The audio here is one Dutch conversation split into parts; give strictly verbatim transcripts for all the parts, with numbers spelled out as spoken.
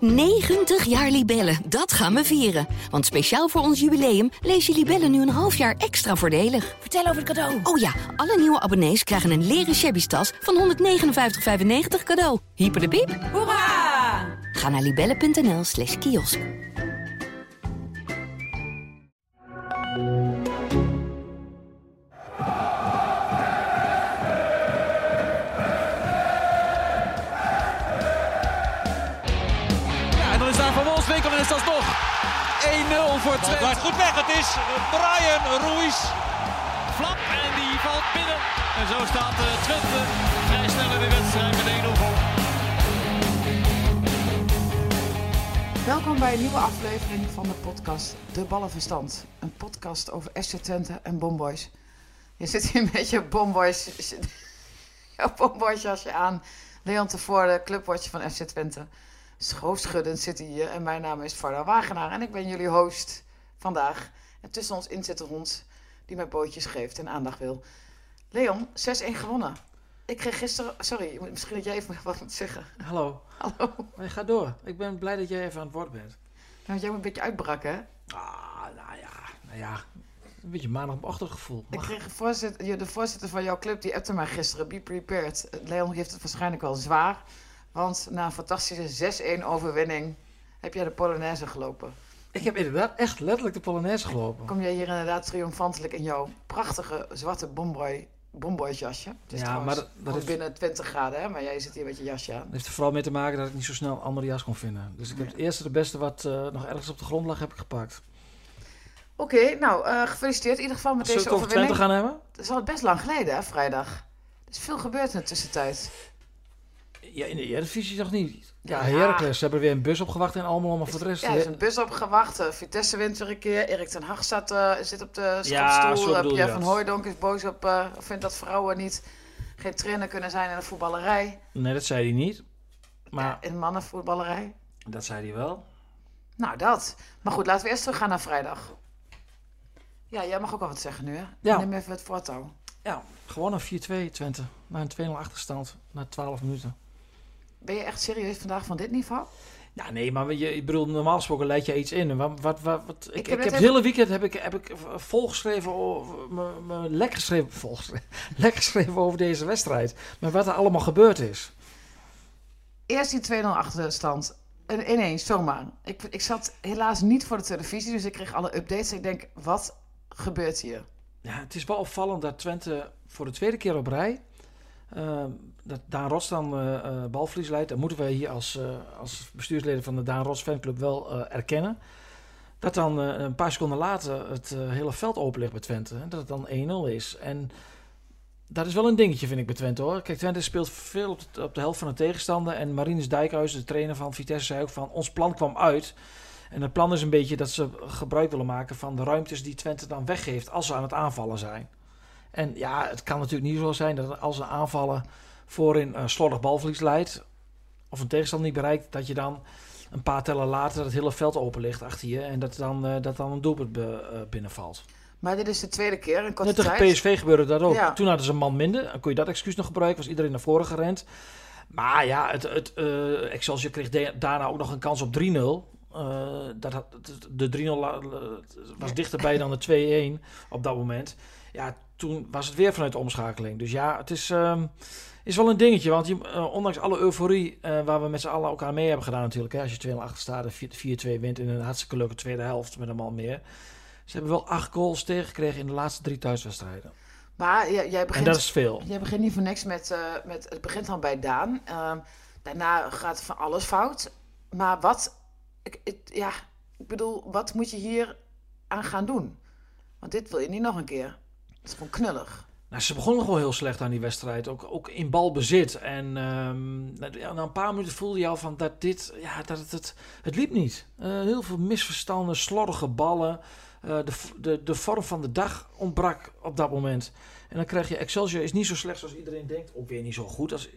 negentig jaar Libellen, dat gaan we vieren. Want speciaal voor ons jubileum lees je Libellen nu een half jaar extra voordelig. Vertel over het cadeau. Oh ja, alle nieuwe abonnees krijgen een leren shabby tas van honderdnegenenvijftig vijfennegentig cadeau. Hyper de piep. Hoera! Ga naar libellen.nl slash kiosk. En is dat nog één nul voor Twente. Het blijft goed weg. Het is Brian Ruiz. Flap en die valt binnen. En zo staat Twente vrij snel in de wedstrijd met één nul voor. Welkom bij een nieuwe aflevering van de podcast De Ballenverstand. Een podcast over F C Twente en Bomboys. Je zit hier met je Bomboys, jouw Bomboys jasje aan. Leon Tevoorde, clubwatcher van F C Twente. Hoofdschuddend zit hij hier en mijn naam is Varda Wagenaar en ik ben jullie host vandaag. En tussen ons in zit de hond die mij bootjes geeft en aandacht wil. Leon, zes één gewonnen. Ik kreeg gisteren... Sorry, misschien dat jij even wat moet zeggen. Hallo. Hallo. Maar ga door. Ik ben blij dat jij even aan het woord bent. Ja, want jij moet een beetje uitbraken, hè? Ah, nou ja. Nou ja. Een beetje maandagochtend gevoel. Ik kreeg een voorzitter, de voorzitter van jouw club, die appte mij gisteren. Be prepared. Leon heeft het waarschijnlijk wel zwaar. Want na een fantastische zes één overwinning heb jij de Polonaise gelopen. Ik heb inderdaad echt letterlijk de Polonaise gelopen. Kom jij hier inderdaad triomfantelijk in jouw prachtige zwarte bomboy, bomboys jasje. Het is ja, maar dat, dat heeft, binnen twintig graden, hè? Maar jij zit hier met je jasje aan. Dat heeft er vooral mee te maken dat ik niet zo snel een andere jas kon vinden. Dus ik heb ja. het eerste de beste wat uh, nog ergens op de grond lag, heb ik gepakt. Oké, okay, nou, uh, gefeliciteerd in ieder geval met Zullen deze we het over overwinning. Twente gaan hebben? Dat is al best lang geleden, hè, vrijdag. Er is veel gebeurd in de tussentijd. Ja, in de Eredivisie nog niet. Ja, ja. Heracles. Ze hebben weer een bus opgewacht in Almelo, maar voor de rest... Ja, er is een bus opgewacht. Uh, Vitesse wint weer een keer. Erik ten Hag staat, uh, zit op de schopstoel. Ja, uh, Pierre van Hooijdonk is boos op... Uh, vindt dat vrouwen niet geen trainer kunnen zijn in de voetballerij. Nee, dat zei hij niet. Maar... Ja, in mannenvoetballerij. Dat zei hij wel. Nou, dat. Maar goed, laten we eerst terug gaan naar vrijdag. Ja, jij mag ook al wat zeggen nu, hè? Ja. Neem even het voortouw. Ja, gewoon een vier twee Twente. Na een twee nul achterstand. Na twaalf minuten. Ben je echt serieus vandaag van dit niveau? Ja, nee, maar je, ik bedoel, normaal gesproken leid je iets in. Wat, wat, wat, wat, ik, ik heb, ik heb het even... hele weekend heb ik, heb ik volgeschreven, me, me lek geschreven, volgeschreven, lek geschreven over deze wedstrijd. Maar wat er allemaal gebeurd is. Eerst die twee nul achterstand. Ineens, zomaar. Ik, ik zat helaas niet voor de televisie, dus ik kreeg alle updates. Ik denk, wat gebeurt hier? Ja, het is wel opvallend dat Twente voor de tweede keer op rij... Uh, dat Daan Rots dan uh, uh, balverlies leidt. Dat moeten wij hier als, uh, als bestuursleden van de Daan Rots fanclub wel uh, erkennen. Dat dan uh, een paar seconden later het uh, hele veld open ligt bij Twente. Hè? Dat het dan één nul is. En dat is wel een dingetje, vind ik, bij Twente, hoor. Kijk, Twente speelt veel op de, op de helft van de tegenstander. En Marinus Dijkhuizen, de trainer van Vitesse, zei ook van... ons plan kwam uit. En het plan is een beetje dat ze gebruik willen maken van de ruimtes die Twente dan weggeeft als ze aan het aanvallen zijn. En ja, het kan natuurlijk niet zo zijn dat als een aanvallen voorin uh, slordig balverlies leidt, of een tegenstander niet bereikt, dat je dan een paar tellen later het hele veld open ligt achter je en dat dan, uh, dat dan een doelpunt be, uh, binnenvalt. Maar dit is de tweede keer in korte Net tegen tijd. P S V gebeurde dat ook. Ja. Toen hadden ze een man minder. Dan kon je dat excuus nog gebruiken. Was iedereen naar voren gerend. Maar ja, het, het, uh, Excelsior kreeg de, daarna ook nog een kans op drie nul. Uh, dat had, de drie nul la, was ja. dichterbij dan de twee één op dat moment. Ja, toen was het weer vanuit de omschakeling. Dus ja, het is, um, is wel een dingetje. Want je, uh, ondanks alle euforie uh, waar we met z'n allen elkaar mee hebben gedaan natuurlijk. Hè, als je twee nul achter staat en vier twee wint in een hartstikke leuke tweede helft met een man meer. Ze hebben wel acht goals tegengekregen in de laatste drie thuiswedstrijden. Maar jij, jij begint, en dat is veel. Jij begint niet voor niks met... Uh, met het begint dan bij Daan. Uh, daarna gaat van alles fout. Maar wat... Ik, ik, ja, ik bedoel, wat moet je hier aan gaan doen? Want dit wil je niet nog een keer. Dat is gewoon knullig. Nou, ze begonnen gewoon heel slecht aan die wedstrijd. Ook, ook in balbezit. En um, ja, na een paar minuten voelde je al van dat dit... Ja, dat het, het, het liep niet. Uh, heel veel misverstanden, slordige ballen. Uh, de, de, de vorm van de dag ontbrak op dat moment. En dan krijg je... Excelsior is niet zo slecht zoals iedereen denkt. Ook weer niet zo goed als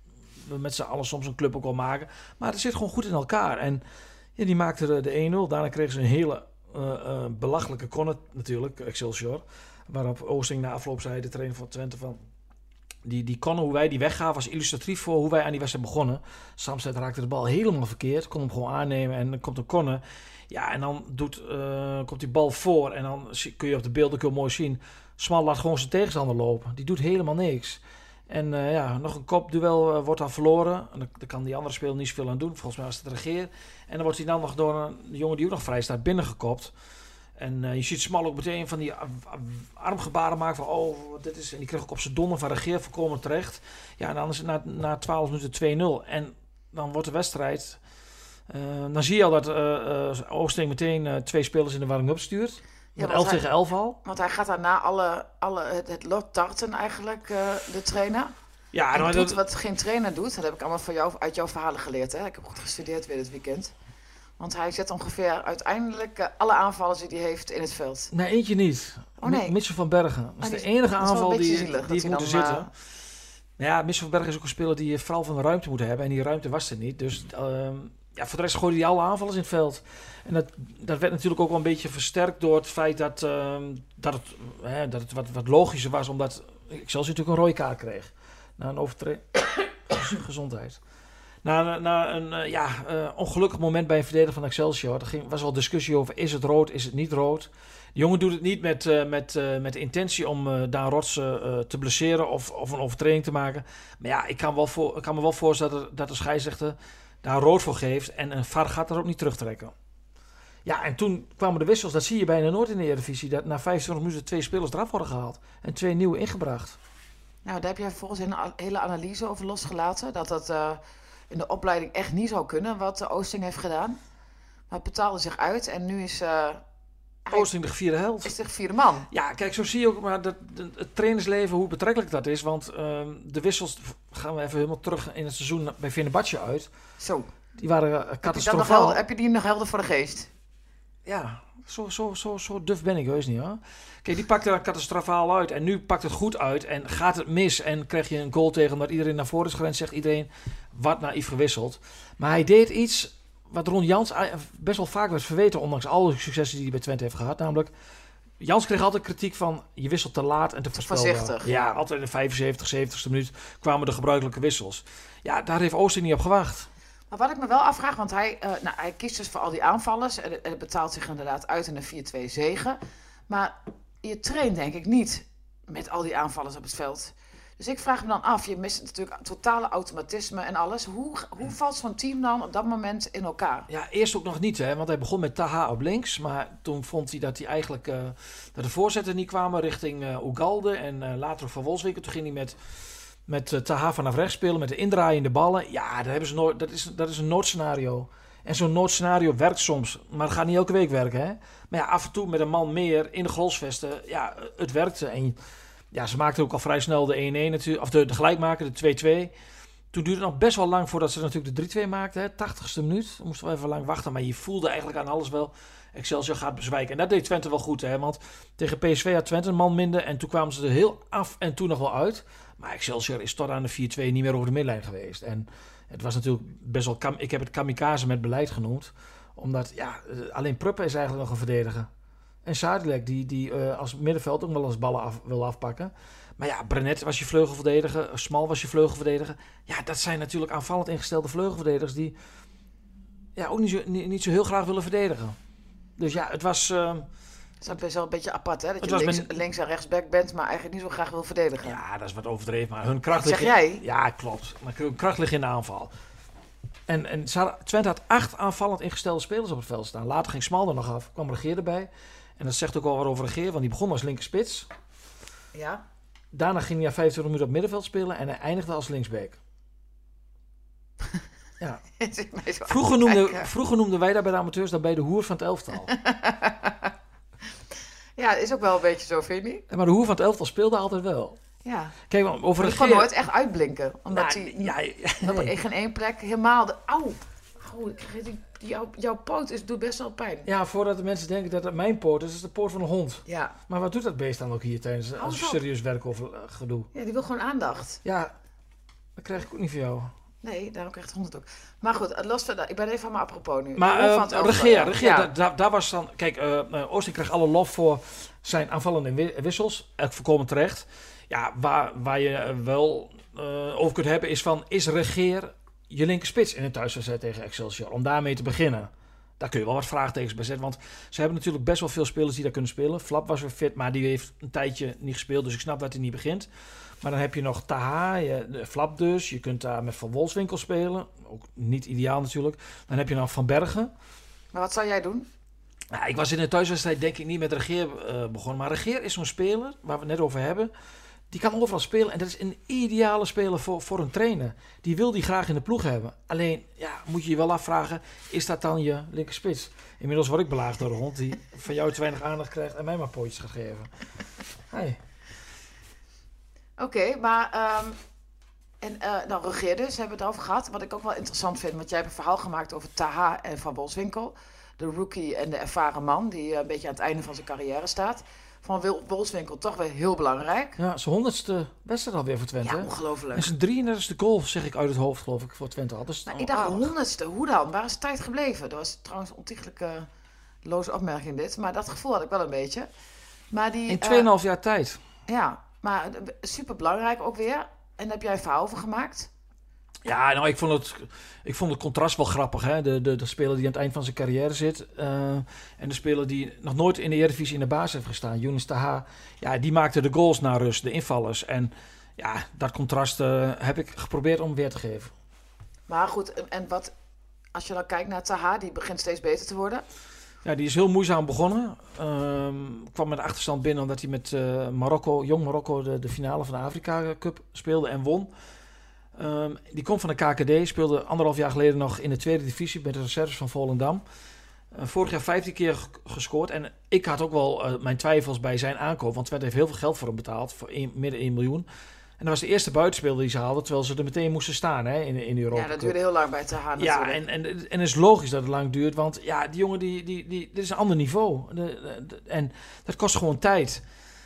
we met z'n allen soms een club ook wel maken. Maar het zit gewoon goed in elkaar. En ja, die maakte de, de één nul. Daarna kregen ze een hele uh, uh, belachelijke corner natuurlijk, Excelsior. Waarop Oosting na afloop zei, de trainer van Twente, van... Die, die Conne, hoe wij die weggaven, was illustratief voor hoe wij aan die wedstrijd begonnen. Samsted raakte de bal helemaal verkeerd. Kon hem gewoon aannemen en dan komt een Conne. Ja, en dan doet, uh, komt die bal voor. En dan kun je op de beelden kun je mooi zien. Smal laat gewoon zijn tegenstander lopen. Die doet helemaal niks. En uh, ja, nog een kopduel uh, wordt dan verloren. En daar kan die andere speler niet zoveel aan doen. Volgens mij was het Regeer. En dan wordt hij dan nog door een jongen die ook nog vrij staat binnengekopt. En uh, je ziet Smal ook meteen van die armgebaren maken van oh, dit is... En die kreeg ook op zijn donder van Regeer voorkomen terecht. Ja, en dan is het na, na twaalf minuten twee nul. En dan wordt de wedstrijd... Uh, dan zie je al dat uh, uh, Oosting meteen uh, twee spelers in de warming-up stuurt. Ja, met elf hij, tegen elf al. Want hij gaat daarna alle, alle, het, het lot tarten eigenlijk, uh, de trainer. Ja, en nou, doet dat... wat geen trainer doet. Dat heb ik allemaal van jou, uit jouw verhalen geleerd. Hè? Ik heb goed gestudeerd weer dit weekend. Want hij zet ongeveer uiteindelijk uh, alle aanvallers die hij heeft in het veld. Nee, eentje niet. Oh nee. Mitchell van Bergen. Dat is oh, de die, enige aanval die, zielig, die ik moet zitten. Uh... Ja, Mitchell van Bergen is ook een speler die vooral van de ruimte moet hebben. En die ruimte was er niet. Dus... Uh, Ja, voor de rest gooide hij alle aanvallers in het veld. En dat, dat werd natuurlijk ook wel een beetje versterkt door het feit dat, uh, dat het, hè, dat het wat, wat logischer was. Omdat Excelsior natuurlijk een rode kaart kreeg. Na een overtreding. Gezondheid. Na, na een uh, ja, uh, ongelukkig moment bij een verdediger van Excelsior. Er ging, was wel discussie over is het rood, is het niet rood. De jongen doet het niet met, uh, met, uh, met de intentie om uh, Daan Rots uh, te blesseren of, of een overtreding te maken. Maar ja, ik kan, wel voor, ik kan me wel voorstellen dat, dat de scheidsrechter... daar rood voor geeft en een V A R gaat er ook niet terugtrekken. Ja, en toen kwamen de wissels. Dat zie je bijna nooit in de Eredivisie. Dat na vijfentwintig minuten twee spelers eraf worden gehaald. En twee nieuwe ingebracht. Nou, daar heb jij volgens een hele analyse over losgelaten. Dat dat uh, in de opleiding echt niet zou kunnen wat de Oosting heeft gedaan. Maar het betaalde zich uit en nu is... Uh, Oosting de vierde held. Is de vierde man. Ja, kijk, zo zie je ook maar dat, dat, het trainersleven, hoe betrekkelijk dat is. Want uh, de wissels, gaan we even helemaal terug in het seizoen bij Fenerbahce uit. Zo. Die waren uh, catastrofaal. Heb je, helder, heb je die nog helder voor de geest? Ja, zo, zo, zo, zo duf ben ik heus niet hoor. Kijk, die pakte er catastrofaal uit. En nu pakt het goed uit en gaat het mis. En krijg je een goal tegen omdat iedereen naar voren is gerend. Zegt iedereen, wat naïef gewisseld. Maar hij deed iets... wat Ron Jans best wel vaak werd verweten, ondanks alle successen die hij bij Twente heeft gehad. Namelijk, Jans kreeg altijd kritiek van, je wisselt te laat en te voorspelbaar. Ja, ja, altijd in de vijfenzeventig, zeventigste minuut kwamen de gebruikelijke wissels. Ja, daar heeft Oosting niet op gewacht. Maar wat ik me wel afvraag, want hij, uh, nou, hij kiest dus voor al die aanvallers. En het, het betaalt zich inderdaad uit in een vier twee zegen. Maar je traint denk ik niet met al die aanvallers op het veld. Dus ik vraag me dan af, je mist natuurlijk totale automatisme en alles. Hoe, hoe valt zo'n team dan op dat moment in elkaar? Ja, eerst ook nog niet, hè, want hij begon met Taha op links. Maar toen vond hij dat hij eigenlijk uh, dat de voorzetten niet kwamen richting uh, Ugalde en uh, later ook Van Wolfswinkel. Toen ging hij met, met uh, Taha vanaf rechts spelen, met de indraaiende ballen. Ja, daar hebben ze nooit, dat, is, dat is een noodscenario. En zo'n noodscenario werkt soms, maar het gaat niet elke week werken. Hè? Maar ja, af en toe met een man meer in de grolsvesten, ja, het werkte. En ja, ze maakten ook al vrij snel de één-één natuurlijk, of de, de gelijkmaker, de twee-twee. Toen duurde het nog best wel lang voordat ze natuurlijk de drie-twee maakten. Hè? tachtigste minuut. Dan moesten we even lang wachten. Maar je voelde eigenlijk aan alles wel, Excelsior gaat bezwijken. En dat deed Twente wel goed. Hè? Want tegen P S V had Twente een man minder. En toen kwamen ze er heel af en toen nog wel uit. Maar Excelsior is tot aan de vier-twee niet meer over de middenlijn geweest. En het was natuurlijk best wel... Kam- ik heb het kamikaze met beleid genoemd. Omdat, ja, alleen Pruppen is eigenlijk nog een verdediger. En Sadilek, die, die uh, als middenveld ook wel eens ballen af, wil afpakken. Maar ja, Brenet was je vleugelverdediger. Smal was je vleugelverdediger. Ja, dat zijn natuurlijk aanvallend ingestelde vleugelverdedigers... die ja, ook niet zo, niet, niet zo heel graag willen verdedigen. Dus ja, het was... Uh, het is best wel een beetje apart, hè? Dat je links, men... links en rechtsback bent, maar eigenlijk niet zo graag wil verdedigen. Ja, dat is wat overdreven. Maar hun kracht ligt... Zeg jij? In, ja, klopt. Maar hun kracht ligt in de aanval. En, en Twente had acht aanvallend ingestelde spelers op het veld staan. Later ging Smal er nog af. Kwam Regeer erbij. En dat zegt ook al wat over Regeer, want die begon als linkerspits. Ja. Daarna ging hij na vijfentwintig minuten op middenveld spelen en hij eindigde als linksback. Ja. Vroeger, noemde, vroeger noemden wij daar bij de amateurs dan bij de hoer van het elftal. Ja, is ook wel een beetje zo, vind je niet? Maar de hoer van het elftal speelde altijd wel. Ja. Kijk, over Regeer... kon nooit echt uitblinken. Omdat nou, hij ja, ja, op nee. geen één plek helemaal... De, auw! Oh, die, die, jouw, jouw poot is, doet best wel pijn. Ja, voordat de mensen denken dat het mijn poot is, is het de poot van een hond. Ja. Maar wat doet dat beest dan ook hier tijdens als serieus werk of uh, gedoe? Ja, die wil gewoon aandacht. Ja, dat krijg ik ook niet van jou. Nee, daarom krijgt honderd ook. Maar goed, los van dat. Ik ben even aan mijn apropos nu. Maar uh, uh, regeer, regeer. Ja. Daar, daar, daar was dan... Kijk, uh, uh, Oosting kreeg alle lof voor zijn aanvallende wissels. Echt voorkomen terecht. Ja, waar, waar je wel uh, over kunt hebben is van... Is regeer je linkerspits in een thuiswedstrijd tegen Excelsior? Om daarmee te beginnen. Daar kun je wel wat vraagtekens bij zetten. Want ze hebben natuurlijk best wel veel spelers die daar kunnen spelen. Flap was weer fit, maar die heeft een tijdje niet gespeeld. Dus ik snap dat hij niet begint. Maar dan heb je nog Taha, je, Flap dus. Je kunt daar met Van Wolfswinkel spelen. Ook niet ideaal natuurlijk. Dan heb je nog Van Bergen. Maar wat zou jij doen? Nou, ik was in de thuiswedstrijd denk ik niet met Regeer uh, begonnen. Maar Regeer is zo'n speler, waar we het net over hebben. Die kan overal spelen. En dat is een ideale speler voor, voor een trainer. Die wil die graag in de ploeg hebben. Alleen, ja, moet je je wel afvragen. Is dat dan je linkerspits? Inmiddels word ik belaagd door de hond. Die van jou te weinig aandacht krijgt. En mij maar pootjes gaat geven. Hey. Oké, okay, maar... Um, en uh, nou, Regeer dus, hebben we het over gehad. Wat ik ook wel interessant vind. Want jij hebt een verhaal gemaakt over Taha en Van Wolfswinkel. De rookie en de ervaren man. Die uh, een beetje aan het einde van zijn carrière staat. Van Wil Wolfswinkel toch weer heel belangrijk. Ja, zijn honderdste wedstrijd alweer voor Twente. Ja, ongelooflijk. En zijn drieëndertigste goal, zeg ik uit het hoofd, geloof ik, voor Twente had. Dus nou, ik dacht honderdste, hoe dan? Waar is de tijd gebleven? Dat was trouwens een ontiegelijke loze opmerking dit. Maar dat gevoel had ik wel een beetje. Maar die, in tweeënhalf uh, jaar tijd. Ja, maar super belangrijk ook weer. En daar heb jij een verhaal over gemaakt? Ja, nou, ik vond het, ik vond het contrast wel grappig. Hè? De, de, de speler die aan het eind van zijn carrière zit. Uh, en de speler die nog nooit in de Eredivisie in de basis heeft gestaan. Younes Taha. Ja, die maakte de goals na rust, de invallers. En ja, dat contrast uh, heb ik geprobeerd om weer te geven. Maar goed, en wat, als je dan kijkt naar Taha, die begint steeds beter te worden. Ja, die is heel moeizaam begonnen. Um, kwam met achterstand binnen omdat hij met uh, Marokko, jong Marokko, de, de finale van de Afrika Cup speelde en won. Um, die komt van de K K D, speelde anderhalf jaar geleden nog in de tweede divisie met de reserves van Volendam. Uh, vorig jaar vijftien keer g- gescoord. En ik had ook wel uh, mijn twijfels bij zijn aankoop, want Twente heeft heel veel geld voor hem betaald, voor een, midden één miljoen. En dat was de eerste buitenspeler die ze haalden, terwijl ze er meteen moesten staan hè, in, in Europa. Ja, dat duurde heel lang bij Taha natuurlijk. Ja, en, en, en het is logisch dat het lang duurt, want ja, die jongen, die, die, die, dit is een ander niveau. De, de, de, en dat kost gewoon tijd.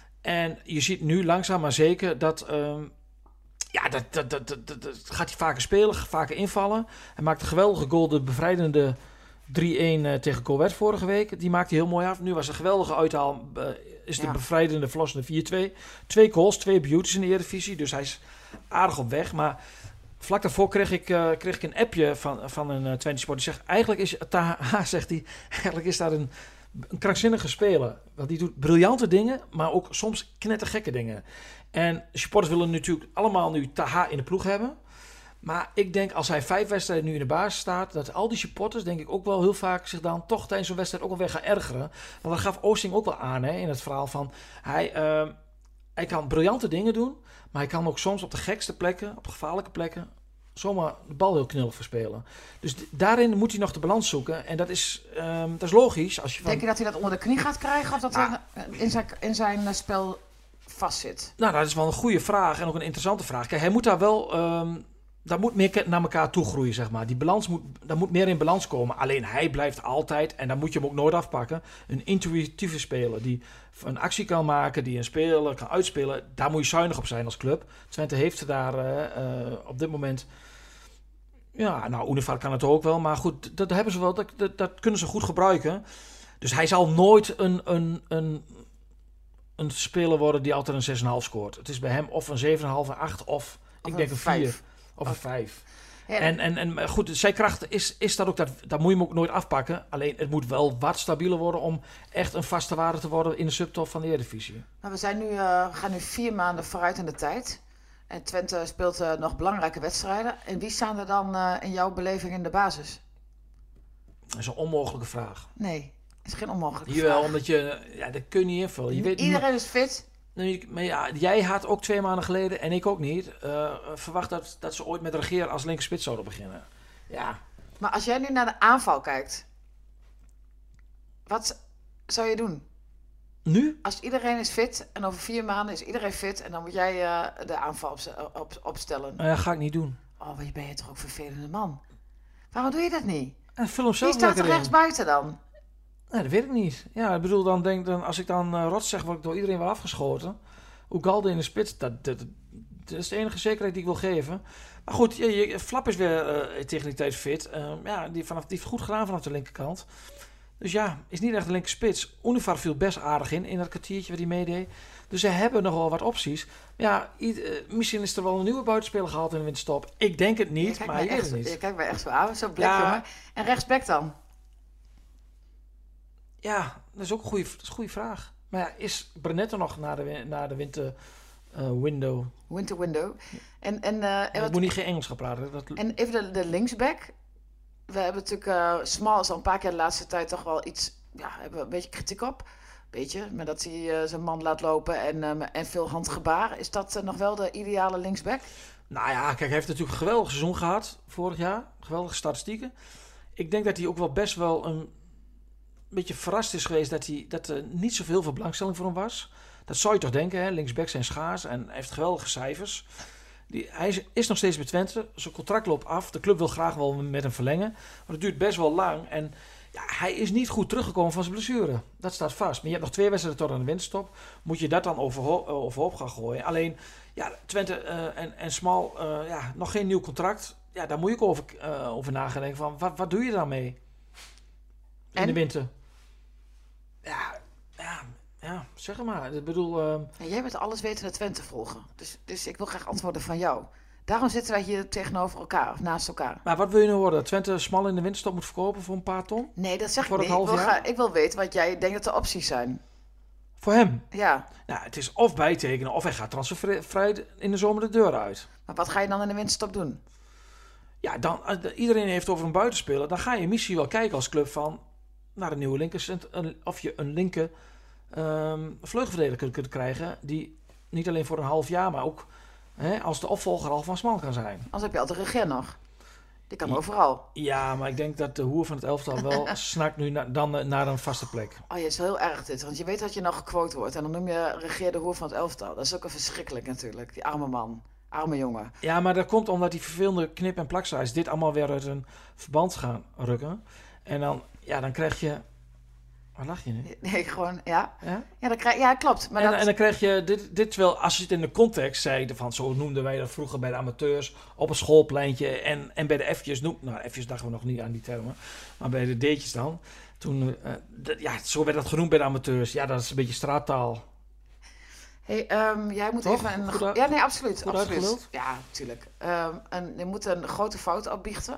En je ziet nu langzaam maar zeker dat... Um, Ja, dat, dat, dat, dat, dat, dat gaat hij vaker spelen, vaker invallen. Hij maakte een geweldige goal, de bevrijdende drie-een uh, tegen Go West vorige week. Die maakte hij heel mooi af. Nu was een geweldige uithaal, uh, is de ja. bevrijdende verlossende vier-twee. Twee goals, twee beauties in de Eredivisie, dus hij is aardig op weg. Maar vlak daarvoor kreeg ik, uh, kreeg ik een appje van, van een uh, Twente Sport. Die zegt, eigenlijk is Taha, zegt hij, eigenlijk is daar een... Een krankzinnige speler. Want die doet briljante dingen, maar ook soms knettergekke dingen. En supporters willen natuurlijk allemaal nu Taha in de ploeg hebben. Maar ik denk als hij vijf wedstrijden nu in de basis staat, dat al die supporters denk ik ook wel heel vaak zich dan toch tijdens zo'n wedstrijd ook wel weer gaan ergeren. Want dat gaf Oosting ook wel aan hè, in het verhaal van hij, uh, hij kan briljante dingen doen, maar hij kan ook soms op de gekste plekken, op gevaarlijke plekken, zomaar de bal heel knullig verspelen. Dus d- daarin moet hij nog de balans zoeken. En dat is, um, dat is logisch. Als je van... Denk je dat hij dat onder de knie gaat krijgen? Of dat nou, hij in zijn, in zijn spel vastzit? Nou, dat is wel een goede vraag. En ook een interessante vraag. Kijk, hij moet daar wel... Um, daar moet meer naar elkaar toe groeien, zeg maar. Die balans moet, daar moet meer in balans komen. Alleen hij blijft altijd, en daar moet je hem ook nooit afpakken, een intuïtieve speler. Die een actie kan maken, die een speler kan uitspelen. Daar moet je zuinig op zijn als club. Twente heeft ze daar uh, uh, op dit moment... Ja, nou, Univar kan het ook wel. Maar goed, dat hebben ze wel. Dat, dat, dat kunnen ze goed gebruiken. Dus hij zal nooit een, een, een, een speler worden die altijd een zes komma vijf scoort. Het is bij hem of een zeven komma vijf, een acht of, of ik denk een vier. Of een vijf. Ja. En, en, en goed, zijn kracht is, is dat ook, dat, dat moet je hem ook nooit afpakken. Alleen het moet wel wat stabieler worden om echt een vaste waarde te worden in de subtop van de Eredivisie. Nou, we, zijn nu, uh, we gaan nu vier maanden vooruit in de tijd. En Twente speelt uh, nog belangrijke wedstrijden. En wie staan er dan uh, in jouw beleving in de basis? Dat is een onmogelijke vraag. Nee, het is geen onmogelijke Jawel, vraag. omdat je, ja, dat kun je niet invullen. Je weet, Iedereen maar, is fit. Nee, maar ja, jij had ook twee maanden geleden, en ik ook niet, uh, verwacht dat, dat ze ooit met Regeer als linkerspits zouden beginnen. Ja. Maar als jij nu naar de aanval kijkt, wat zou je doen? Nu? Als iedereen is fit en over vier maanden is iedereen fit en dan moet jij uh, de aanval op, op, opstellen. Nou ja, ga ik niet doen. Oh, maar je bent toch ook een vervelende man. Waarom doe je dat niet? En vul hem zelf Wie staat er rechts in. buiten dan? Nee, dat weet ik niet. Ja, ik bedoel, dan denk dan, als ik dan uh, rot zeg, word ik door iedereen wel afgeschoten. Ugalde in de spits, dat, dat, Dat is de enige zekerheid die ik wil geven. Maar goed, je, je, Flap is weer uh, tegen die tijd fit. Uh, ja, die, vanaf, die heeft goed gedaan vanaf de linkerkant. Dus ja, is niet echt de linker spits. Univar viel best aardig in, in dat kwartiertje waar hij meedeed. Dus ze hebben nog wel wat opties. Ja, ieder, misschien is er wel een nieuwe buitenspeler gehaald in de winterstop. Ik denk het niet, je maar je weet echt, het niet. Je kijkt mij echt zo aan, zo blik, ja, jongen. En rechtsback dan? Ja, dat is ook een goede, dat is een goede vraag. Maar ja, is Brenetto nog na de, na de winter uh, window? Winter window. En, en, uh, en ik wat, moet niet geen Engels gaan praten. Dat... En even de, de linksback. We hebben natuurlijk... Uh, Smal is al een paar keer de laatste tijd toch wel iets... Ja, hebben we een beetje kritiek op. Beetje, maar dat hij uh, zijn man laat lopen en, uh, en veel handgebaar. Is dat uh, nog wel de ideale linksback? Nou ja, kijk, hij heeft natuurlijk een geweldig seizoen gehad vorig jaar. Geweldige statistieken. Ik denk dat hij ook wel best wel een beetje verrast is geweest dat, hij, dat er niet zoveel veel belangstelling voor hem was. Dat zou je toch denken, hè? Linksbacks zijn schaars en hij heeft geweldige cijfers. Die, hij is, is nog steeds bij Twente. Zijn contract loopt af. De club wil graag wel met hem verlengen. Maar het duurt best wel lang. En ja, hij is niet goed teruggekomen van zijn blessure. Dat staat vast. Maar je hebt nog twee wedstrijden tot aan de winterstop. Moet je dat dan overhoop, overhoop gaan gooien. Alleen, ja, Twente uh, en, en Smal, uh, ja, nog geen nieuw contract. Ja, daar moet je ook over, uh, over nadenken. Van, wat, wat doe je dan mee? In en? de winter. Ja, ja, ja, zeg maar. Ik bedoel... Uh... Ja, jij bent alles wetende Twente volgen. Dus, dus ik wil graag antwoorden van jou. Daarom zitten wij hier tegenover elkaar, of naast elkaar. Maar wat wil je nou worden? Dat Twente Smal in de winterstop moet verkopen voor een paar ton? Nee, dat zeg voor ik niet. Ik wil, ga, ik wil weten wat jij denkt dat de opties zijn. Voor hem? Ja. Nou, het is of bijtekenen, of hij gaat transfervrij in de zomer de deur uit. Maar wat ga je dan in de winterstop doen? Ja, dan, iedereen heeft over een buitenspeler. Dan ga je misschien wel kijken als club van... naar een nieuwe linker... of je een linker um, vleugelverdediger kunt, kunt krijgen... die niet alleen voor een half jaar, maar ook... Hè, als de opvolger al van Smal kan zijn. Anders heb je altijd Reger nog. Die kan ja, overal. Ja, maar ik denk dat de hoer van het elftal wel snakt nu na, dan uh, naar een vaste plek. Oh, je is heel erg dit. Want je weet dat je nog gequote wordt. En dan noem je Reger de hoer van het elftal. Dat is ook een verschrikkelijk natuurlijk. Die arme man. Arme jongen. Ja, maar dat komt omdat die vervelende knip- en plaksa's dit allemaal weer uit een verband gaan rukken. En dan, ja, dan krijg je... Waar lach je nu? Nee, gewoon, ja. Ja, ja, dan krijg, ja klopt. Maar en, dat... en dan krijg je dit, dit wel, als je het in de context zei, van zo noemden wij dat vroeger bij de amateurs, op een schoolpleintje en, en bij de F'jes, noem, nou F'jes dachten we nog niet aan die termen, maar bij de D'tjes dan. Toen, uh, d- ja, zo werd dat genoemd bij de amateurs. Ja, dat is een beetje straattaal. Hey, um, jij moet Toch? even een... Goed uit... Ja, nee, absoluut. Goed absoluut. uitgeluld? Ja, natuurlijk. Um, en je moet een grote fout opbiechten.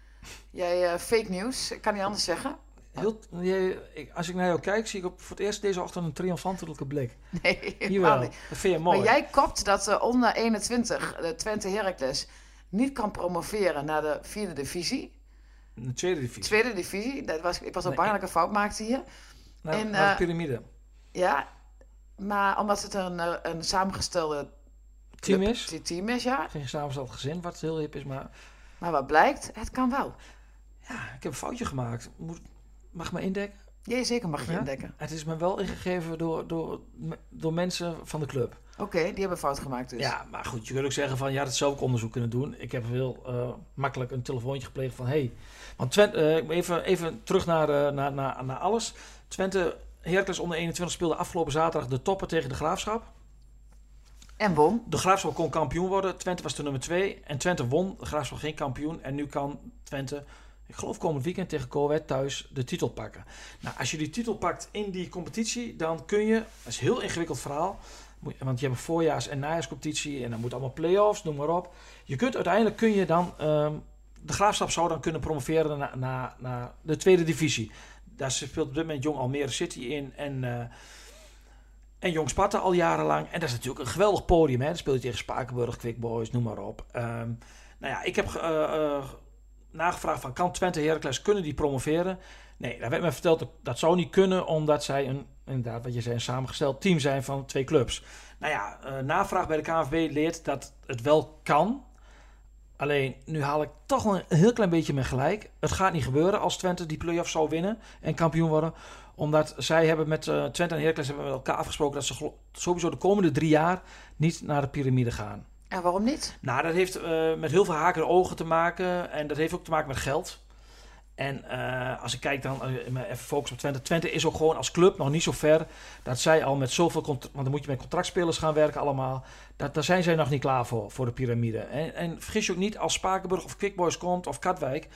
Jij, uh, fake news, ik kan niet anders zeggen. Heel, je, ik, als ik naar jou kijk, zie ik op, voor het eerst deze ochtend een triomfantelijke blik. Nee, Jawel, niet. Dat vind je mooi. Maar jij kopt dat de onder eenentwintig, de Twente Heracles, niet kan promoveren naar de vierde divisie. De tweede divisie. Tweede divisie. Dat was, ik was al Nee, bang dat ik een fout maakte hier. Nou, en, naar de uh, piramide. Ja, maar omdat het een, een samengestelde Team club, is? team is, ja. Geen samengesteld gezin, wat heel hip is, maar... Maar wat blijkt, het kan wel. Ja, ik heb een foutje gemaakt. Moet, mag ik me indekken? Ja, zeker mag je Ja? indekken. Het is me wel ingegeven door, door, door mensen van de club. Oké, okay, die hebben fout gemaakt dus. Ja, maar goed, je kunt ook zeggen van, ja, dat zelf ook onderzoek kunnen doen. Ik heb heel uh, makkelijk een telefoontje gepleegd van, hé... Hey, want Twente, uh, even, even terug naar, uh, naar, naar, naar alles. Twente, Heracles onder eenentwintig speelde afgelopen zaterdag de toppen tegen de Graafschap. En won. De Graafschap kon kampioen worden. Twente was de nummer twee. En Twente won. De Graafschap geen kampioen. En nu kan Twente, ik geloof komend weekend tegen Coët thuis, de titel pakken. Nou, als je die titel pakt in die competitie, dan kun je, dat is een heel ingewikkeld verhaal, want je hebt een voorjaars- en najaarscompetitie en dan moet allemaal play-offs, noem maar op. Je kunt uiteindelijk, kun je dan, um, de Graafschap zou dan kunnen promoveren naar, naar, naar de tweede divisie. Daar speelt op dit moment Jong Almere City in en... Uh, En Jong Sparta al jarenlang. En dat is natuurlijk een geweldig podium. Hè? Dan speel je tegen Spakenburg, Quick Boys, noem maar op. Um, nou ja, ik heb uh, uh, nagevraagd van, kan Twente Heracles, kunnen die promoveren? Nee, daar werd me verteld dat dat zou niet kunnen, omdat zij een, inderdaad, wat je zei, een samengesteld team zijn van twee clubs. Nou ja, uh, navraag bij de K N V B leert dat het wel kan. Alleen, nu haal ik toch wel een heel klein beetje mijn gelijk. Het gaat niet gebeuren als Twente die play-off zou winnen en kampioen worden. Omdat zij hebben met uh, Twente en Heracles hebben met elkaar afgesproken dat ze glo- sowieso de komende drie jaar niet naar de piramide gaan. En waarom niet? Nou, dat heeft uh, met heel veel haken en ogen te maken. En dat heeft ook te maken met geld. En uh, als ik kijk dan, uh, even focus op Twente. Twente is ook gewoon als club nog niet zo ver. Dat zij al met zoveel, cont- want dan moet je met contractspelers gaan werken allemaal. Dat, daar zijn zij nog niet klaar voor, voor de piramide. En, en vergis je ook niet, als Spakenburg of Quickboys komt of Katwijk.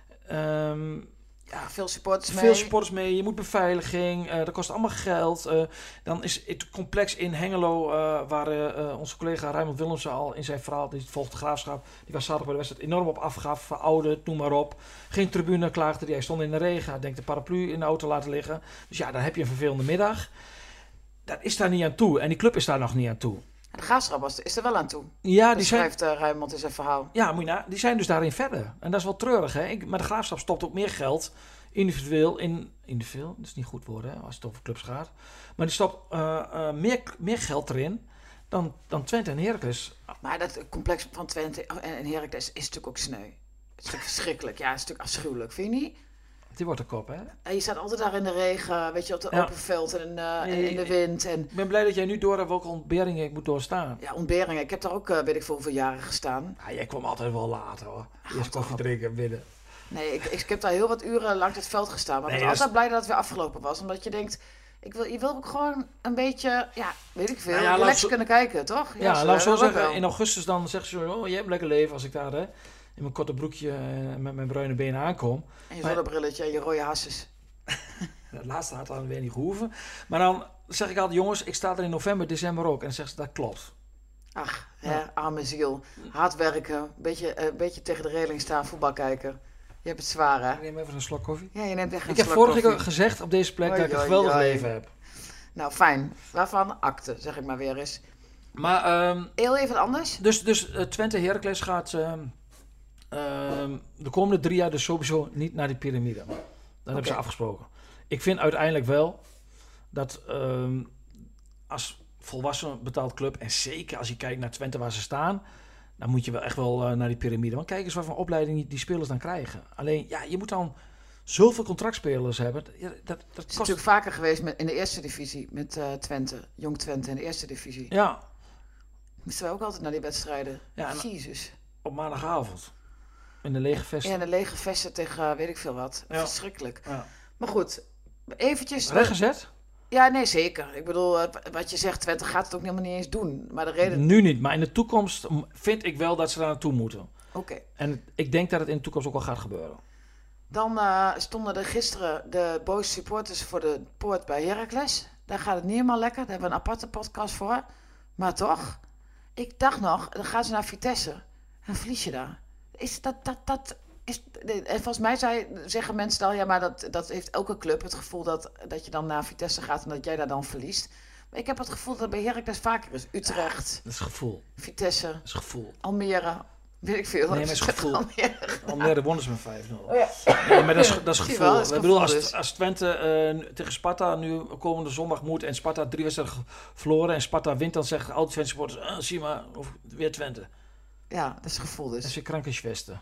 Um, Ja, veel supporters mee. Veel supporters mee, je moet beveiliging, uh, dat kost allemaal geld. Uh, dan is het complex in Hengelo, uh, waar uh, onze collega Raymond Willemsen al in zijn verhaal, die volgt de Graafschap, die was zaterdag bij de wedstrijd enorm op afgaf, verouderd, noem maar op. Geen tribune, klaagde die, hij stond in de regen, hij denkt de paraplu in de auto laten liggen. Dus ja, dan heb je een vervelende middag. Dat is daar niet aan toe en die club is daar nog niet aan toe. De Graafschap was, is er wel aan toe. Ja, dat die schrijft zijn, uh, Raymond in zijn verhaal. Ja, moet je na, die zijn dus daarin verder. En dat is wel treurig, hè. Ik, maar de Graafschap stopt ook meer geld individueel in... Individueel, dat is niet goed woorden, hè, als het over clubs gaat. Maar die stopt uh, uh, meer, meer geld erin dan, dan Twente en Heracles. Maar dat complex van Twente en Heracles is natuurlijk ook sneu. Het is natuurlijk verschrikkelijk. Ja, het is natuurlijk afschuwelijk. Vind je niet? Die wordt de kop, hè? En je staat altijd daar in de regen, weet je, op het ja. open veld en, uh, en in de wind. En... Ik ben blij dat jij nu door hebt welke ontberingen ik moet doorstaan. Ja, ontberingen. Ik heb daar ook, uh, weet ik veel, hoeveel jaren gestaan. Ja, jij kwam altijd wel later, hoor. Eerst koffie drinken binnen. Nee, ik, ik heb daar heel wat uren langs het veld gestaan. Maar ik nee, was altijd is... blij dat het weer afgelopen was. Omdat je denkt, ik wil, je wil ook gewoon een beetje, ja, weet ik veel, nou ja, relax zo... kunnen kijken, toch? Ja, ja laat ik zo zeggen, wel. In augustus dan zeg je, oh, je hebt lekker leven als ik daar hè, in mijn korte broekje uh, met mijn bruine benen aankom. En je zonnebrilletje en je rode hasses. Het laatste had dan weer niet gehoeven. Maar dan zeg ik altijd, jongens, ik sta er in november, december ook. En dan zeggen ze, dat klopt. Ach, ja. hè, arme ziel. Hard werken, een beetje, uh, beetje tegen de reling staan, voetbal kijken. Je hebt het zwaar, hè? Ik neem even een slok koffie. Ja, je neemt echt een ik slok heb vorige keer gezegd op deze plek oi, dat ik een oi, geweldig oi. leven heb. Nou, fijn. Waarvan akte, zeg ik maar weer eens. Maar, um, heel even anders. Dus, dus uh, Twente Heracles gaat um, um, de komende drie jaar dus sowieso niet naar die piramide. Dat okay. hebben ze afgesproken. Ik vind uiteindelijk wel dat um, als volwassen betaald club, en zeker als je kijkt naar Twente waar ze staan, dan moet je wel echt wel uh, naar die piramide. Want kijk eens wat voor opleiding die, die spelers dan krijgen. Alleen, ja, je moet dan zoveel contractspelers hebben. Ja, dat, dat het is kost... natuurlijk vaker geweest met, in de eerste divisie met uh, Twente. Jong Twente in de eerste divisie. Ja. Moesten wij ook altijd naar die wedstrijden. Ja, Jezus. Op maandagavond. In de lege vesten. Ja, in de lege vesten tegen uh, weet ik veel wat. Ja. Verschrikkelijk. Ja. Maar goed, eventjes... Rechtgezet? Ja, nee, zeker. Ik bedoel, wat je zegt, Twente gaat het ook helemaal niet eens doen. Maar de reden... Nu niet, maar in de toekomst vind ik wel dat ze daar naartoe moeten. Oké. Okay. En ik denk dat het in de toekomst ook wel gaat gebeuren. Dan uh, stonden er gisteren de boze supporters voor de poort bij Heracles. Daar gaat het niet helemaal lekker. Daar hebben we een aparte podcast voor. Maar toch, ik dacht nog, dan gaan ze naar Vitesse. En verlies je daar. Is dat... dat, dat Is, en volgens mij zei, zeggen mensen dan, ja, maar dat, dat heeft elke club het gevoel dat, dat je dan naar Vitesse gaat en dat jij daar dan verliest. Maar ik heb het gevoel dat het bij Heracles vaker is. Utrecht. Ja, dat is gevoel. Vitesse. Dat is gevoel. Almere. Weet ik veel. Nee, maar dat is gevoel. Almere, Almere wonnen ze met vijf nul. Oh ja. Nee, maar dat is, dat is gevoel. Wel, dat is Ik bedoel, als, dus. als Twente uh, tegen Sparta nu komende zondag moet en Sparta drie wedstrijden verloren en Sparta wint, dan zeggen al die Twente supporters, ah, zie maar, of weer Twente. Ja, dat is gevoel dus. Dat is je krankensvesten.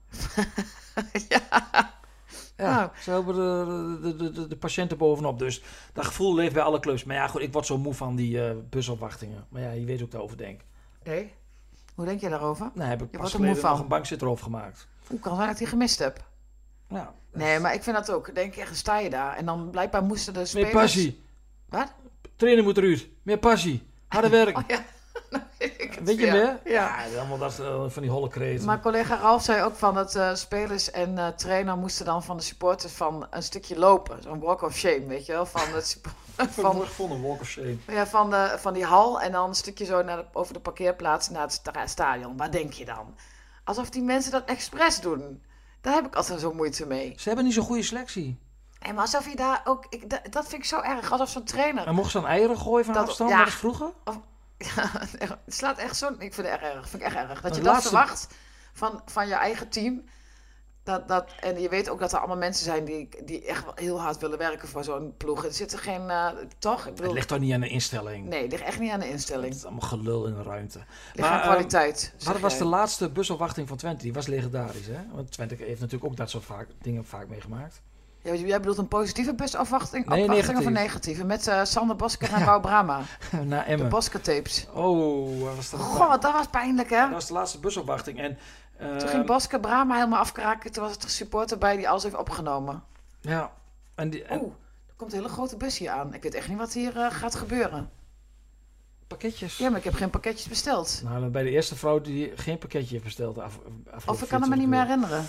ja. Ja, nou. Ze hebben de, de, de, de patiënten bovenop. Dus dat gevoel leeft bij alle clubs. Maar ja, goed, ik word zo moe van die uh, busopwachtingen. Maar ja, je weet hoe ik daarover denk. Nee? Hoe denk je daarover? Nou, heb ik je pas geleden nog een bankzitter over gemaakt. Hoe kan dat ik die gemist heb? Ja, nee, maar ik vind dat ook. Denk je echt, sta je daar. En dan blijkbaar moesten de spelers... Meer passie. Wat? Trainen moet eruit. Meer passie. Harde werk. Oh, ja. Weet, weet je ja. meer? Ja. Ja, allemaal dat uh, van die holle kreten. Maar collega Ralf zei ook van dat uh, spelers en uh, trainer moesten dan van de supporters van een stukje lopen. Zo'n walk of shame, weet je wel? Van het van, ik vond een walk of shame. Ja, van, de, van die hal en dan een stukje zo naar de, over de parkeerplaats naar het stadion. Waar denk je dan? Alsof die mensen dat expres doen. Daar heb ik altijd zo moeite mee. Ze hebben niet zo'n goede selectie. En maar alsof je daar ook... Ik, dat, dat vind ik zo erg, alsof zo'n trainer... En mocht ze aan eieren gooien van dat, afstand, ja, dat was vroeger? Of, ja, het slaat echt zo... Ik vind het erg erg. Vind ik echt erg. Dat je dat laatste... verwacht van, van je eigen team. Dat, dat, en je weet ook dat er allemaal mensen zijn die, die echt wel heel hard willen werken voor zo'n ploeg. Er zit er geen... Uh, toch? Ik bedoel, het ligt toch niet aan de instelling? Nee, het ligt echt niet aan de instelling. Het is allemaal gelul in de ruimte. Het ligt aan kwaliteit. Uh, wat was de laatste busopwachting van Twente? Die was legendarisch, hè? Want Twente heeft natuurlijk ook dat soort vaak, dingen vaak meegemaakt. Ja, jij bedoelt een positieve busafwachting nee, negatief. Of een negatieve? Met uh, Sander Bosker en ja. Wou Brama. Na Emmen. De Bosker tapes. Oh, wat was dat? Goh, dat was pijnlijk, hè? Dat was de laatste busopwachting. En Uh, toen ging Boske Brama helemaal afkraken. Toen was het een supporter bij die alles heeft opgenomen. Ja. En die, en... Oeh, er komt een hele grote bus hier aan. Ik weet echt niet wat hier uh, gaat gebeuren. Pakketjes? Ja, maar ik heb geen pakketjes besteld. Nou, bij de eerste vrouw die geen pakketje heeft besteld. Af, of ik kan het me niet meer herinneren.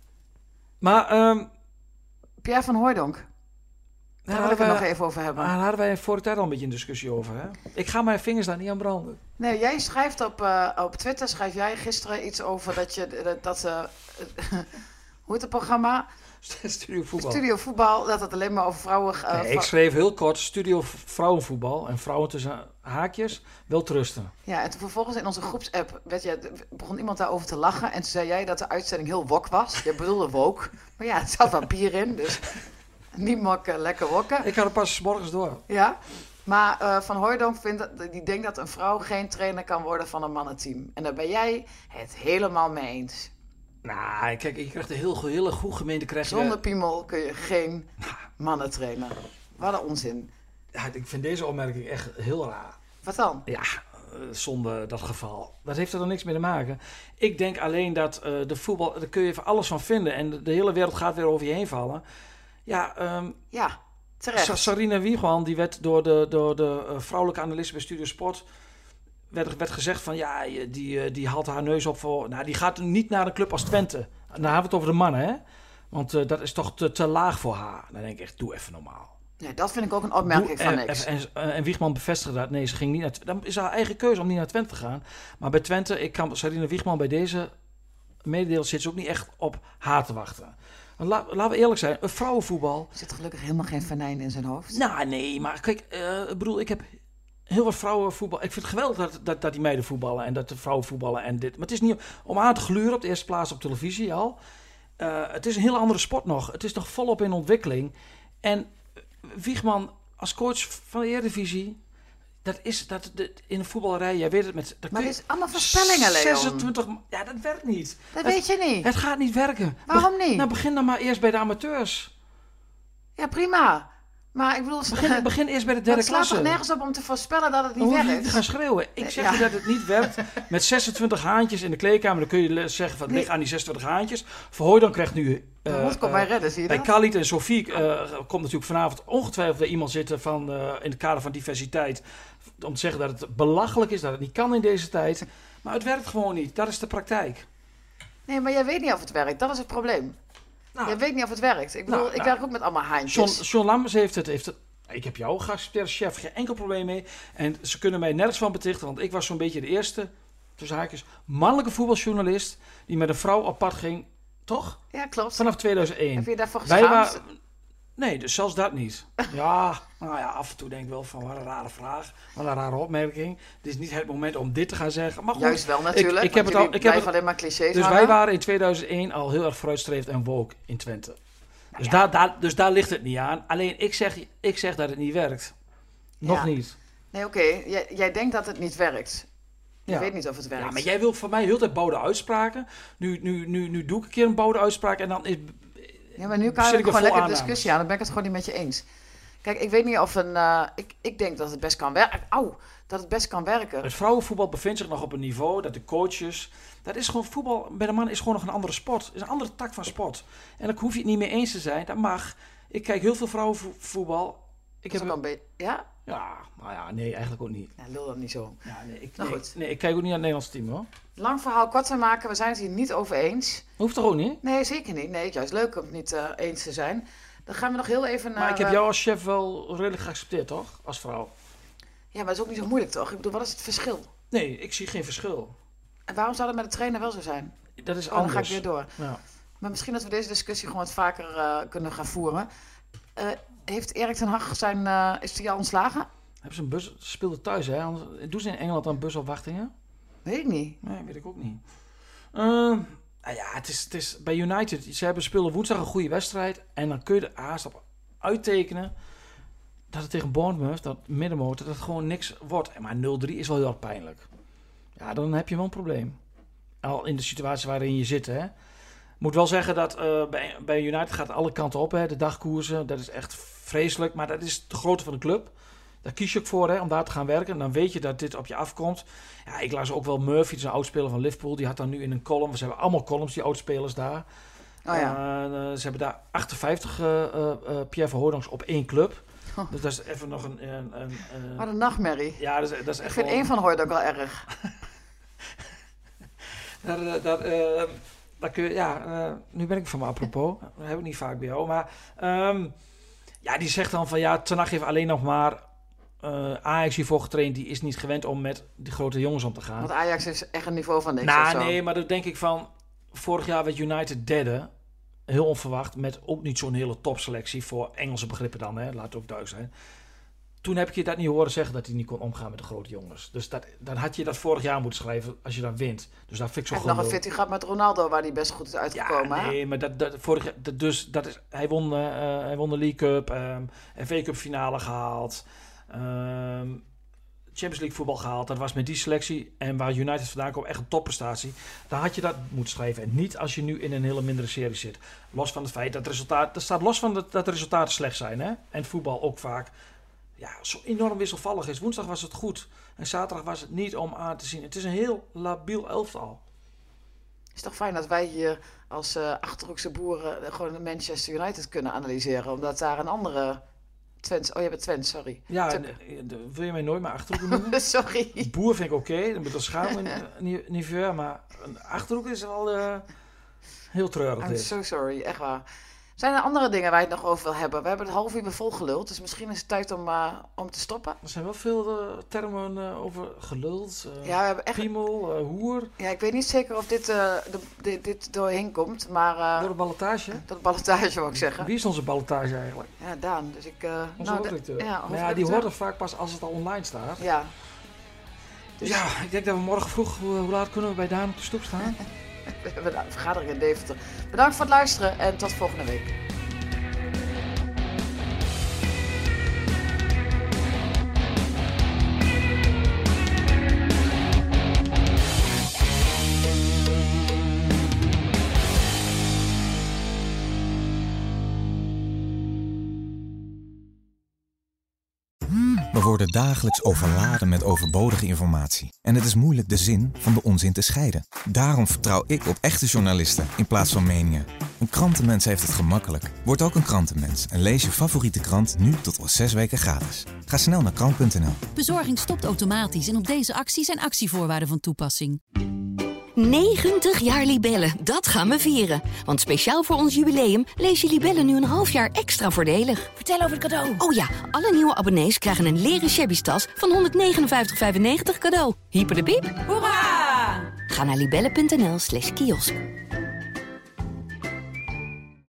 Maar, um, Pierre van Hooijdonk. Daar wil ik het nog even over hebben. Daar hadden wij vorige tijd al een beetje een discussie over. Hè? Ik ga mijn vingers daar niet aan branden. Nee, jij schrijft op, uh, op Twitter, schrijf jij gisteren iets over dat je, dat, dat uh, hoe heet het programma? Studio Voetbal. Studio Voetbal, dat het alleen maar over vrouwen... Uh, nee, ik schreef heel kort Studio Vrouwenvoetbal en vrouwen tussen haakjes wil trusten. Ja, en toen vervolgens in onze groepsapp werd je, begon iemand daarover te lachen en toen zei jij dat de uitzending heel wok was. Je bedoelde woke, maar ja, het zat wel bier in, dus niet mokken, lekker wokken. Ik had het pas 's morgens door. Ja, maar uh, Van Hooijdonk vindt dat, die denkt dat een vrouw geen trainer kan worden van een mannenteam. En daar ben jij het helemaal mee eens. Nou, kijk, je krijgt een heel, hele goed gemeente krijg je... Zonder piemel kun je geen mannen trainen. Wat een onzin. Ja, ik vind deze opmerking echt heel raar. Wat dan? Ja, zonder dat geval. Dat heeft er dan niks mee te maken. Ik denk alleen dat uh, de voetbal... Daar kun je even alles van vinden. En de, de hele wereld gaat weer over je heen vallen. Ja, um, ja terecht. Sarina Wiegman, die werd door de, door de uh, vrouwelijke analisten bij Studio Sport... Werd, werd gezegd van ja, die, die haalt haar neus op voor... Nou, die gaat niet naar een club als Twente. Dan hebben we het over de mannen, hè? Want uh, dat is toch te, te laag voor haar. Dan denk ik echt, doe even normaal. Nee, dat vind ik ook een opmerking doe, van en, niks. En, en, en Wiegman bevestigde dat. Nee, ze ging niet naar Twente. Dan is haar eigen keuze om niet naar Twente te gaan. Maar bij Twente, ik kan Sarina Wiegman bij deze mededeel zit ze ook niet echt op haar te wachten. Want la, laten we eerlijk zijn, vrouwenvoetbal... Er zit gelukkig helemaal geen venijn in zijn hoofd. Nou, nee, maar kijk, uh, ik bedoel, ik heb... Heel wat vrouwen voetballen. Ik vind het geweldig dat, dat, dat die meiden voetballen en dat de vrouwen voetballen en dit. Maar het is niet om aan te gluren op de eerste plaats op televisie al. Uh, het is een heel andere sport nog. Het is nog volop in ontwikkeling. En Wiegman als coach van de Eredivisie, dat is dat de, in de voetballerij, jij weet het met... Dat maar het is allemaal voorspellingen, Leon. zesentwintig, ja, dat werkt niet. Dat het, weet je niet. Het gaat niet werken. Waarom niet? Nou, begin dan maar eerst bij de amateurs. Ja, prima. Maar ik bedoel... Begin, begin eerst bij de derde klasse. Het slaat toch nergens op om te voorspellen dat het niet dan werkt? Moet je niet gaan schreeuwen. Ik zeg ja. je dat het niet werkt. Met zesentwintig haantjes in de kleedkamer, dan kun je zeggen van, het ligt aan die zesentwintig haantjes. Verhooy dan krijgt nu... Uh, uh, komt mij redden, zie je bij dat? Khalid en Sofie uh, komt natuurlijk vanavond ongetwijfeld weer iemand zitten van, uh, in het kader van diversiteit. Om te zeggen dat het belachelijk is, dat het niet kan in deze tijd. Maar het werkt gewoon niet. Dat is de praktijk. Nee, maar jij weet niet of het werkt. Dat is het probleem. Nou, jij weet niet of het werkt. Ik bedoel, nou, ik nou, werk ook met allemaal haantjes. John, John Lammers heeft het, heeft het... Ik heb jou geaccepteerd als chef, geen enkel probleem mee. En ze kunnen mij nergens van betichten, want ik was zo'n beetje de eerste, tussen haakjes, mannelijke voetbaljournalist die met een vrouw op pad ging. Toch? Ja, klopt. Vanaf tweeduizend één. Heb je daarvoor geschaamd? Nee, dus zelfs dat niet. Ja, nou ja, af en toe denk ik wel van, wat een rare vraag. Wat een rare opmerking. Dit is niet het moment om dit te gaan zeggen. Maar goed, juist wel natuurlijk. Ik, ik heb het al, ik heb het, alleen maar clichés dus hangen. wij waren in tweeduizend één al heel erg vooruitstrevend en woke in Twente. Dus, ja. daar, daar, dus daar ligt het niet aan. Alleen ik zeg, ik zeg dat het niet werkt. Nog ja. niet. Nee, oké. Okay. Jij, jij denkt dat het niet werkt. Je ja. weet niet of het werkt. Ja, maar jij wil van mij heel tijd bouwde uitspraken. Nu, nu, nu, nu doe ik een keer een bouwde uitspraak en dan is... Ja, maar nu kan ik gewoon lekker de discussie aan. Dan ben ik het gewoon niet met je eens. Kijk, ik weet niet of een... Uh, ik, ik denk dat het best kan werken. Auw, dat het best kan werken. Het vrouwenvoetbal bevindt zich nog op een niveau dat de coaches... Dat is gewoon voetbal. Bij de man is gewoon nog een andere sport. Het is een andere tak van sport. En daar hoef je het niet mee eens te zijn. Dat mag. Ik kijk heel veel vrouwenvoetbal. Ik heb een beetje... Ja? Ja, nou ja, nee, eigenlijk ook niet. Ja, lul dat niet zo. Ja, nee, ik, nou nee, goed. Nee, ik kijk ook niet naar het Nederlands team, hoor. Lang verhaal kort te maken. We zijn het hier niet over eens. Hoeft toch ook niet? Nee, zeker niet. Nee, het is juist leuk om het niet uh, eens te zijn. Dan gaan we nog heel even naar... Maar ik heb jou als chef wel redelijk geaccepteerd, toch? Als vrouw. Ja, maar dat is ook niet zo moeilijk, toch? Ik bedoel, wat is het verschil? Nee, ik zie geen verschil. En waarom zou dat met de trainer wel zo zijn? Dat is oh, anders. Dan ga ik weer door. Ja. Maar misschien dat we deze discussie gewoon wat vaker uh, kunnen gaan voeren. Uh, heeft Erik ten Hag zijn... Uh, is hij al ontslagen? Hebben ze een bus... Ze speelde thuis, hè? Anders, doen ze in Engeland dan busopwachtingen? Weet ik niet. Nee, weet ik ook niet. Uh, nou ja, het is, het is bij United... Ze hebben spelen woensdag een goede wedstrijd. En dan kun je er haast op uittekenen... dat het tegen Bournemouth, dat middenmotor, dat het gewoon niks wordt. Maar nul drie is wel heel erg pijnlijk. Ja, dan heb je wel een probleem. Al in de situatie waarin je zit, hè. Moet wel zeggen dat uh, bij, bij United gaat alle kanten op, hè. De dagkoersen, dat is echt vreselijk. Maar dat is de grootte van de club. Daar kies je ook voor, hè, om daar te gaan werken. En dan weet je dat dit op je afkomt. Ja, ik las ook wel Murphy, dat is een oudspeler van Liverpool. Die had dan nu in een column. Ze hebben allemaal columns, die oudspelers daar. Oh ja. Uh, ze hebben daar achtenvijftig uh, uh, uh, Pierre Verhooydonks op één club. Oh. Dus dat is even nog een... een, een uh... Wat een nachtmerrie. Ja, dat is, dat is echt Ik vind wel... één van Hooydonk wel erg. daar, daar, uh, daar kun je, ja, uh, nu ben ik van me apropos. Dat heb ik niet vaak bij jou. Maar um, ja, die zegt dan van ja, Ten Hag heeft alleen nog maar uh, Ajax hiervoor getraind. Die is niet gewend om met die grote jongens om te gaan. Want Ajax is echt een niveau van niks. Nou, nee, maar dan denk ik van... Vorig jaar werd United derde. Heel onverwacht. Met ook niet zo'n hele topselectie. Voor Engelse begrippen dan, hè. Laat het ook duidelijk zijn. Toen heb ik je dat niet horen zeggen dat hij niet kon omgaan met de grote jongens. Dus dat, dan had je dat vorig jaar moeten schrijven als je dan wint. Dus daar vind ik zo goed. Hij heeft nog een fitty gehad met Ronaldo waar hij best goed is uitgekomen. Ja, nee, maar dat, dat, vorig jaar... Dat, dus dat is, hij, won, uh, hij won de League Cup. Um, F A Cup finale gehaald. Um, Champions League voetbal gehaald. Dat was met die selectie. En waar United vandaan komt, echt een topprestatie. Dan had je dat moeten schrijven. En niet als je nu in een hele mindere serie zit. Los van het feit dat het resultaat... Dat staat los van dat, dat de resultaten slecht zijn. Hè? En voetbal ook vaak... Ja, zo enorm wisselvallig is. Woensdag was het goed. En zaterdag was het niet om aan te zien. Het is een heel labiel elftal. Het is toch fijn dat wij hier als uh, Achterhoekse boeren gewoon Manchester United kunnen analyseren. Omdat daar een andere... Twents. Oh, je bent Twents, sorry. Ja, Tuk. En, wil je mij nooit maar Achterhoek noemen? Sorry. Boer vind ik oké. Okay. Dan moet dat schaam niet ver. Maar een Achterhoek is wel uh, heel treurig. I'm dit. so sorry. Echt waar. Zijn er andere dingen waar je het nog over wil hebben? We hebben het half uur weer vol geluld. Dus misschien is het tijd om, uh, om te stoppen. Er zijn wel veel uh, termen uh, over geluld. Uh, ja, we hebben echt... Piemel, uh, hoer. Ja, ik weet niet zeker of dit, uh, de, dit, dit doorheen komt. Maar, uh, door de ballotage? Door de ballotage, wou ik zeggen. Wie is onze ballotage eigenlijk? Ja, Daan. Dus ik, uh, onze nou, hoofdredacteur. De, ja, maar ja, die hoort er vaak pas als het al online staat. Ja. Dus ja, ik denk dat we morgen vroeg... Hoe, hoe laat kunnen we bij Daan op de stoep staan? We hebben een vergadering in Deventer. Bedankt voor het luisteren en tot volgende week. We worden dagelijks overladen met overbodige informatie. En het is moeilijk de zin van de onzin te scheiden. Daarom vertrouw ik op echte journalisten in plaats van meningen. Een krantenmens heeft het gemakkelijk. Word ook een krantenmens en lees je favoriete krant nu tot al zes weken gratis. Ga snel naar krant punt n l. Bezorging stopt automatisch en op deze actie zijn actievoorwaarden van toepassing. negentig jaar Libellen, dat gaan we vieren. Want speciaal voor ons jubileum lees je Libellen nu een half jaar extra voordelig. Vertel over het cadeau. Oh ja, alle nieuwe abonnees krijgen een leren shabby tas van honderdnegenenvijftig vijfennegentig cadeau. Hyper de piep. Hoera! Ga naar libellen punt n l slash kiosk.